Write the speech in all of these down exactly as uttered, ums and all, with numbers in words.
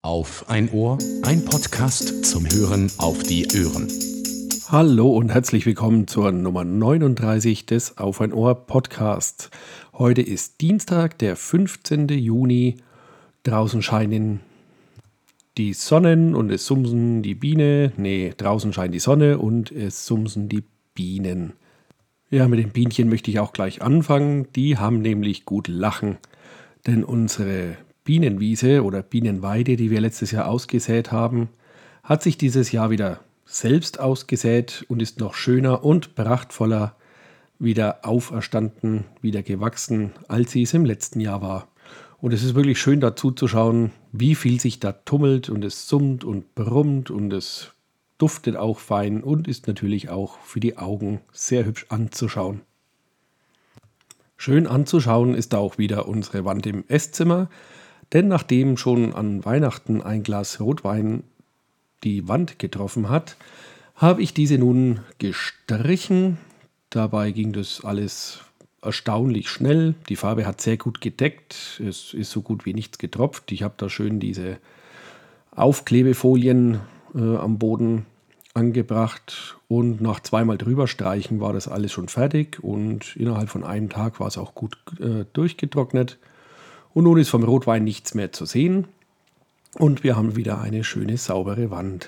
Auf ein Ohr, ein Podcast zum Hören auf die Ohren. Hallo und herzlich willkommen zur Nummer neununddreißig des Auf ein Ohr Podcasts. Heute ist Dienstag, der fünfzehnten Juni. Draußen scheinen die Sonnen und es sumsen die Biene. Nee, draußen scheint die Sonne und es sumsen die Bienen. Ja, mit den Bienchen möchte ich auch gleich anfangen. Die haben nämlich gut Lachen. Denn unsere Bienenwiese oder Bienenweide, die wir letztes Jahr ausgesät haben, hat sich dieses Jahr wieder selbst ausgesät und ist noch schöner und prachtvoller wieder auferstanden, wieder gewachsen, als sie es im letzten Jahr war. Und es ist wirklich schön dazu zu schauen, wie viel sich da tummelt und es summt und brummt und es duftet auch fein und ist natürlich auch für die Augen sehr hübsch anzuschauen. Schön anzuschauen ist auch wieder unsere Wand im Esszimmer, denn nachdem schon an Weihnachten ein Glas Rotwein die Wand getroffen hat, habe ich diese nun gestrichen. Dabei ging das alles erstaunlich schnell. Die Farbe hat sehr gut gedeckt. Es ist so gut wie nichts getropft. Ich habe da schön diese Aufklebefolien äh, am Boden angebracht und nach zweimal drüber streichen war das alles schon fertig und innerhalb von einem Tag war es auch gut äh, durchgetrocknet. Und nun ist vom Rotwein nichts mehr zu sehen. Und wir haben wieder eine schöne, saubere Wand.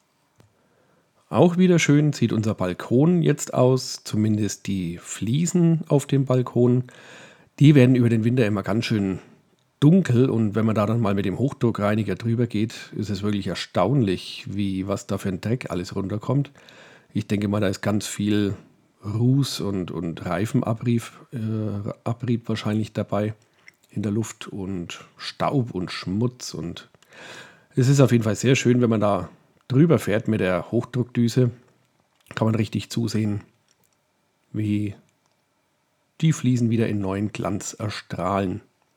Auch wieder schön sieht unser Balkon jetzt aus, zumindest die Fliesen auf dem Balkon. Die werden über den Winter immer ganz schön dunkel und wenn man da dann mal mit dem Hochdruckreiniger drüber geht, ist es wirklich erstaunlich, wie was da für ein Dreck alles runterkommt. Ich denke mal, da ist ganz viel Ruß und, und Reifenabrieb äh, Abrieb wahrscheinlich dabei in der Luft und Staub und Schmutz und es ist auf jeden Fall sehr schön, wenn man da drüber fährt mit der Hochdruckdüse. Kann man richtig zusehen, wie die Fliesen wieder in neuen Glanz erstrahlen.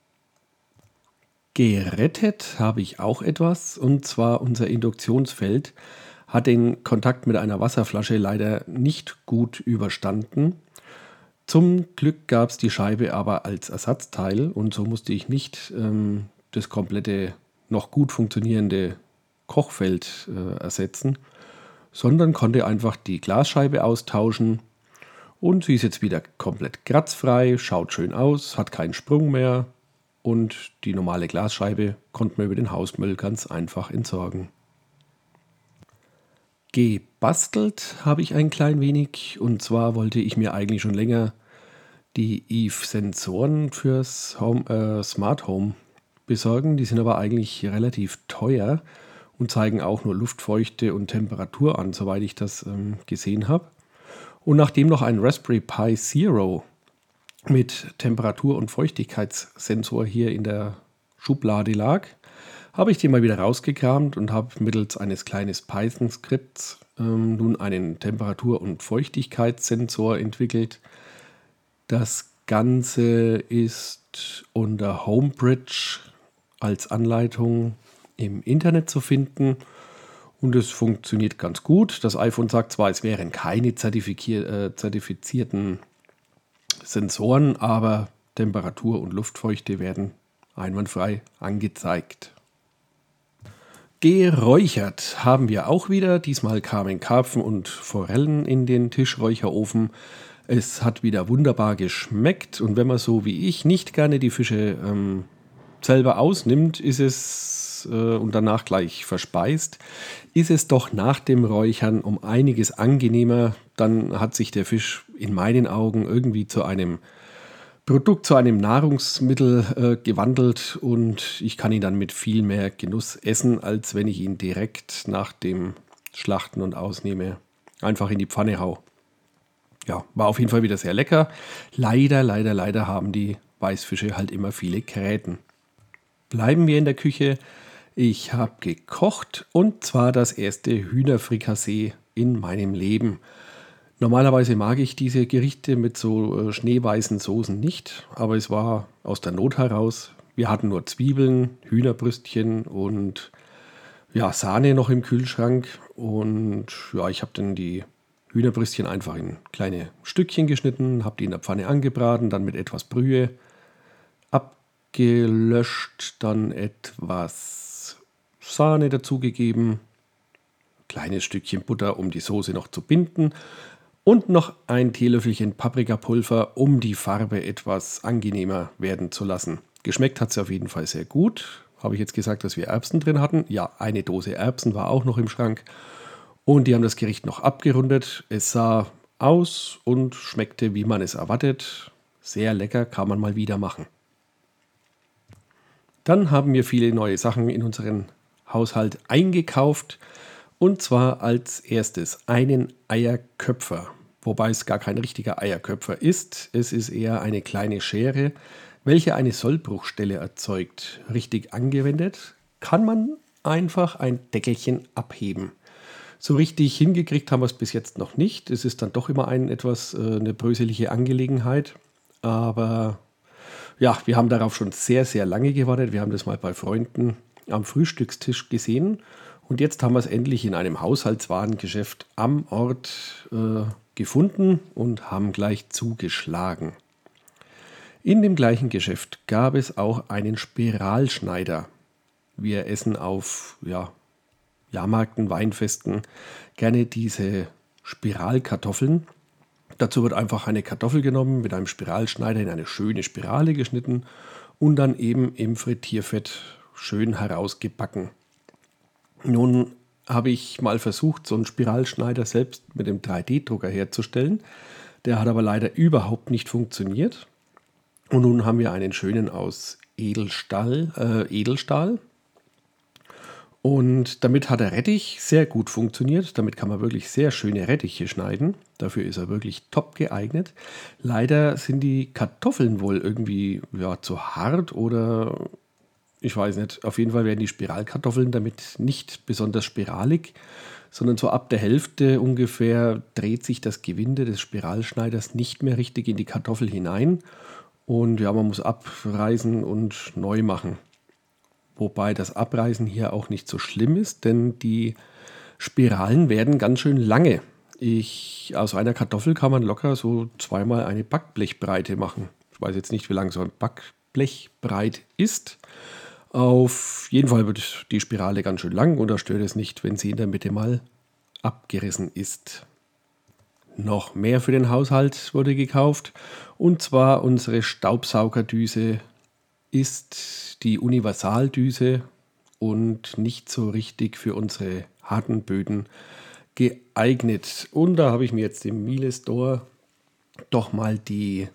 Gerettet habe ich auch etwas, und zwar unser Induktionsfeld hat den Kontakt mit einer Wasserflasche leider nicht gut überstanden. Zum Glück gab es die Scheibe aber als Ersatzteil und so musste ich nicht ähm, das komplette noch gut funktionierende Kochfeld äh, ersetzen, sondern konnte einfach die Glasscheibe austauschen und sie ist jetzt wieder komplett kratzfrei, schaut schön aus, hat keinen Sprung mehr und die normale Glasscheibe konnte man über den Hausmüll ganz einfach entsorgen. Gebastelt habe ich ein klein wenig und zwar wollte ich mir eigentlich schon länger die Eve-Sensoren fürs Home, äh, Smart Home besorgen. Die sind aber eigentlich relativ teuer und zeigen auch nur Luftfeuchte und Temperatur an, soweit ich das ähm, gesehen habe. Und nachdem noch ein Raspberry Pi Zero mit Temperatur- und Feuchtigkeitssensor hier in der Schublade lag, habe ich den mal wieder rausgekramt und habe mittels eines kleinen Python-Skripts ähm, nun einen Temperatur- und Feuchtigkeitssensor entwickelt. Das Ganze ist unter Homebridge als Anleitung im Internet zu finden und es funktioniert ganz gut. Das iPhone sagt zwar, es wären keine zertifizier- äh, zertifizierten Sensoren, aber Temperatur und Luftfeuchte werden einwandfrei angezeigt. Geräuchert haben wir auch wieder. Diesmal kamen Karpfen und Forellen in den Tischräucherofen. Es hat wieder wunderbar geschmeckt und wenn man so wie ich nicht gerne die Fische ähm, selber ausnimmt, ist es äh, und danach gleich verspeist, ist es doch nach dem Räuchern um einiges angenehmer. Dann hat sich der Fisch in meinen Augen irgendwie zu einem Produkt, zu einem Nahrungsmittel äh, gewandelt und ich kann ihn dann mit viel mehr Genuss essen, als wenn ich ihn direkt nach dem Schlachten und Ausnehme einfach in die Pfanne hau. Ja, war auf jeden Fall wieder sehr lecker. Leider, leider, leider haben die Weißfische halt immer viele Gräten. Bleiben wir in der Küche. Ich habe gekocht und zwar das erste Hühnerfrikassee in meinem Leben. Normalerweise mag ich diese Gerichte mit so äh, schneeweißen Soßen nicht, aber es war aus der Not heraus. Wir hatten nur Zwiebeln, Hühnerbrüstchen und ja, Sahne noch im Kühlschrank und ja, ich habe dann die Hühnerbrüstchen einfach in kleine Stückchen geschnitten, habe die in der Pfanne angebraten, dann mit etwas Brühe abgelöscht, dann etwas Sahne dazugegeben, kleines Stückchen Butter, um die Soße noch zu binden und noch ein Teelöffelchen Paprikapulver, um die Farbe etwas angenehmer werden zu lassen. Geschmeckt hat es auf jeden Fall sehr gut. Habe ich jetzt gesagt, dass wir Erbsen drin hatten? Ja, eine Dose Erbsen war auch noch im Schrank. Und die haben das Gericht noch abgerundet. Es sah aus und schmeckte, wie man es erwartet. Sehr lecker, kann man mal wieder machen. Dann haben wir viele neue Sachen in unseren Haushalt eingekauft. Und zwar als erstes einen Eierköpfer. Wobei es gar kein richtiger Eierköpfer ist. Es ist eher eine kleine Schere, welche eine Sollbruchstelle erzeugt. Richtig angewendet kann man einfach ein Deckelchen abheben. So richtig hingekriegt haben wir es bis jetzt noch nicht. Es ist dann doch immer ein etwas äh, eine bröselige Angelegenheit. Aber ja, wir haben darauf schon sehr, sehr lange gewartet. Wir haben das mal bei Freunden am Frühstückstisch gesehen. Und jetzt haben wir es endlich in einem Haushaltswarengeschäft am Ort äh, gefunden und haben gleich zugeschlagen. In dem gleichen Geschäft gab es auch einen Spiralschneider. Wir essen auf ja, Jahrmärkten, Weinfesten gerne diese Spiralkartoffeln. Dazu wird einfach eine Kartoffel genommen, mit einem Spiralschneider in eine schöne Spirale geschnitten und dann eben im Frittierfett schön herausgebacken. Nun habe ich mal versucht, so einen Spiralschneider selbst mit dem drei D Drucker herzustellen. Der hat aber leider überhaupt nicht funktioniert. Und nun haben wir einen schönen aus Edelstahl, äh, Edelstahl. Und damit hat der Rettich sehr gut funktioniert. Damit kann man wirklich sehr schöne Rettiche schneiden. Dafür ist er wirklich top geeignet. Leider sind die Kartoffeln wohl irgendwie ja, zu hart oder ich weiß nicht. Auf jeden Fall werden die Spiralkartoffeln damit nicht besonders spiralig, sondern so ab der Hälfte ungefähr dreht sich das Gewinde des Spiralschneiders nicht mehr richtig in die Kartoffel hinein. Und ja, man muss abreißen und neu machen. Wobei das Abreißen hier auch nicht so schlimm ist, denn die Spiralen werden ganz schön lange. Ich, aus einer Kartoffel kann man locker so zweimal eine Backblechbreite machen. Ich weiß jetzt nicht, wie lang so ein Backblech breit ist. Auf jeden Fall wird die Spirale ganz schön lang und da stört es nicht, wenn sie in der Mitte mal abgerissen ist. Noch mehr für den Haushalt wurde gekauft und zwar unsere Staubsaugerdüse ist die Universaldüse und nicht so richtig für unsere harten Böden geeignet. Und da habe ich mir jetzt im Miele Store doch mal die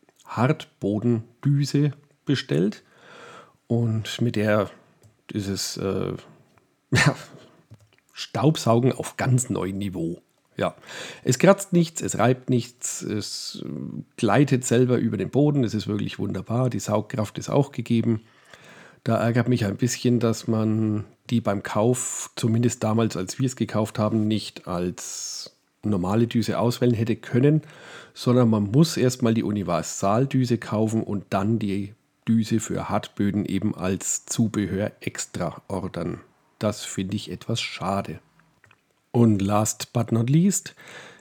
Hartbodendüse bestellt. Und mit der ist es äh, ja, Staubsaugen auf ganz neuem Niveau. Ja, es kratzt nichts, es reibt nichts, es gleitet selber über den Boden, es ist wirklich wunderbar, die Saugkraft ist auch gegeben. Da ärgert mich ein bisschen, dass man die beim Kauf, zumindest damals, als wir es gekauft haben, nicht als normale Düse auswählen hätte können, sondern man muss erstmal die Universaldüse kaufen und dann die Düse für Hartböden eben als Zubehör extra ordern. Das finde ich etwas schade. Und last but not least,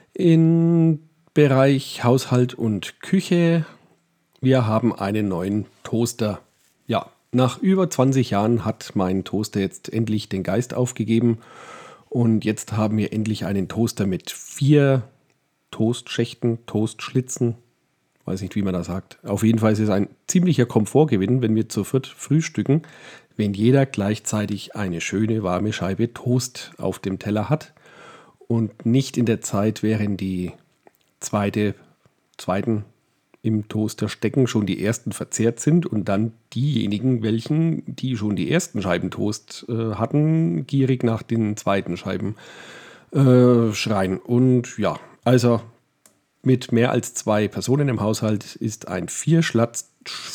im Bereich Haushalt und Küche, wir haben einen neuen Toaster. Ja, nach über zwanzig Jahren hat mein Toaster jetzt endlich den Geist aufgegeben und jetzt haben wir endlich einen Toaster mit vier Toastschächten, Toastschlitzen, weiß nicht, wie man das sagt. Auf jeden Fall ist es ein ziemlicher Komfortgewinn, wenn wir zu viert frühstücken, wenn jeder gleichzeitig eine schöne warme Scheibe Toast auf dem Teller hat. Und nicht in der Zeit, während die zweite, zweiten im Toaster stecken, schon die ersten verzehrt sind und dann diejenigen, welchen, die schon die ersten Scheiben Toast äh, hatten, gierig nach den zweiten Scheiben äh, schreien. Und ja, also mit mehr als zwei Personen im Haushalt ist ein Vierschlatz,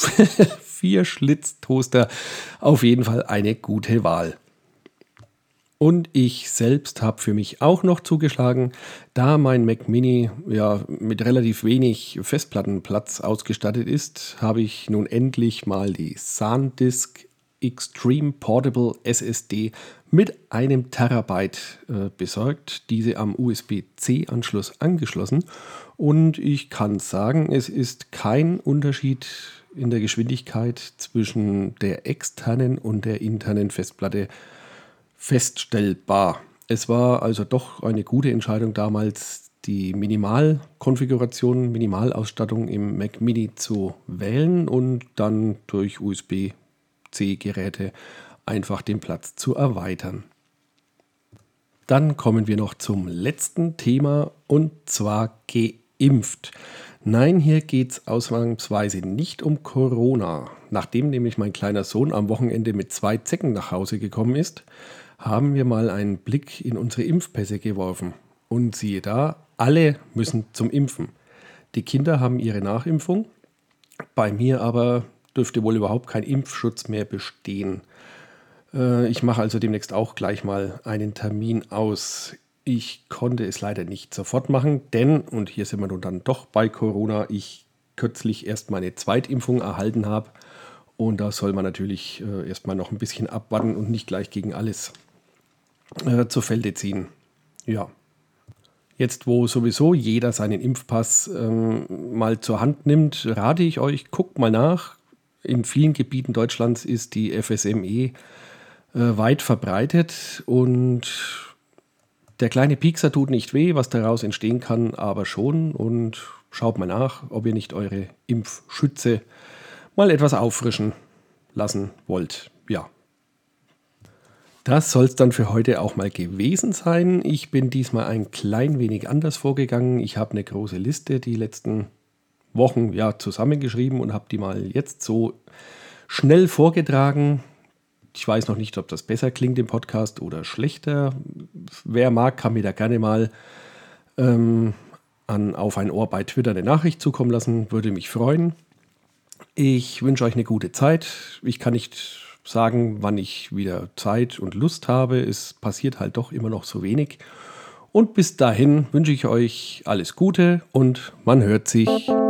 Vierschlitz-Toaster auf jeden Fall eine gute Wahl. Und ich selbst habe für mich auch noch zugeschlagen, da mein Mac Mini ja mit relativ wenig Festplattenplatz ausgestattet ist, habe ich nun endlich mal die SanDisk Extreme Portable S S D mit einem Terabyte äh, besorgt, diese am U S B-C-Anschluss angeschlossen. Und ich kann sagen, es ist kein Unterschied in der Geschwindigkeit zwischen der externen und der internen Festplatte feststellbar. Es war also doch eine gute Entscheidung damals, die Minimalkonfiguration, Minimalausstattung im Mac Mini zu wählen und dann durch U S B-C-Geräte einfach den Platz zu erweitern. Dann kommen wir noch zum letzten Thema und zwar geimpft. Nein, hier geht es ausnahmsweise nicht um Corona. Nachdem nämlich mein kleiner Sohn am Wochenende mit zwei Zecken nach Hause gekommen ist, haben wir mal einen Blick in unsere Impfpässe geworfen. Und siehe da, alle müssen zum Impfen. Die Kinder haben ihre Nachimpfung, bei mir aber dürfte wohl überhaupt kein Impfschutz mehr bestehen. Äh, ich mache also demnächst auch gleich mal einen Termin aus. Ich konnte es leider nicht sofort machen, denn, und hier sind wir nun dann doch bei Corona, ich kürzlich erst meine Zweitimpfung erhalten habe. Und da soll man natürlich äh, erstmal noch ein bisschen abwarten und nicht gleich gegen alles äh, zu Felde ziehen. Ja. Jetzt, wo sowieso jeder seinen Impfpass ähm, mal zur Hand nimmt, rate ich euch, guckt mal nach. In vielen Gebieten Deutschlands ist die F S M E äh, weit verbreitet und der kleine Piekser tut nicht weh, was daraus entstehen kann, aber schon. Und schaut mal nach, ob ihr nicht eure Impfschütze mal etwas auffrischen lassen wollt. Ja. Das soll es dann für heute auch mal gewesen sein. Ich bin diesmal ein klein wenig anders vorgegangen. Ich habe eine große Liste die letzten Wochen ja, zusammengeschrieben und habe die mal jetzt so schnell vorgetragen. Ich weiß noch nicht, ob das besser klingt im Podcast oder schlechter. Wer mag, kann mir da gerne mal ähm, an Auf ein Ohr bei Twitter eine Nachricht zukommen lassen. Würde mich freuen. Ich wünsche euch eine gute Zeit. Ich kann nicht sagen, wann ich wieder Zeit und Lust habe. Es passiert halt doch immer noch so wenig. Und bis dahin wünsche ich euch alles Gute und man hört sich.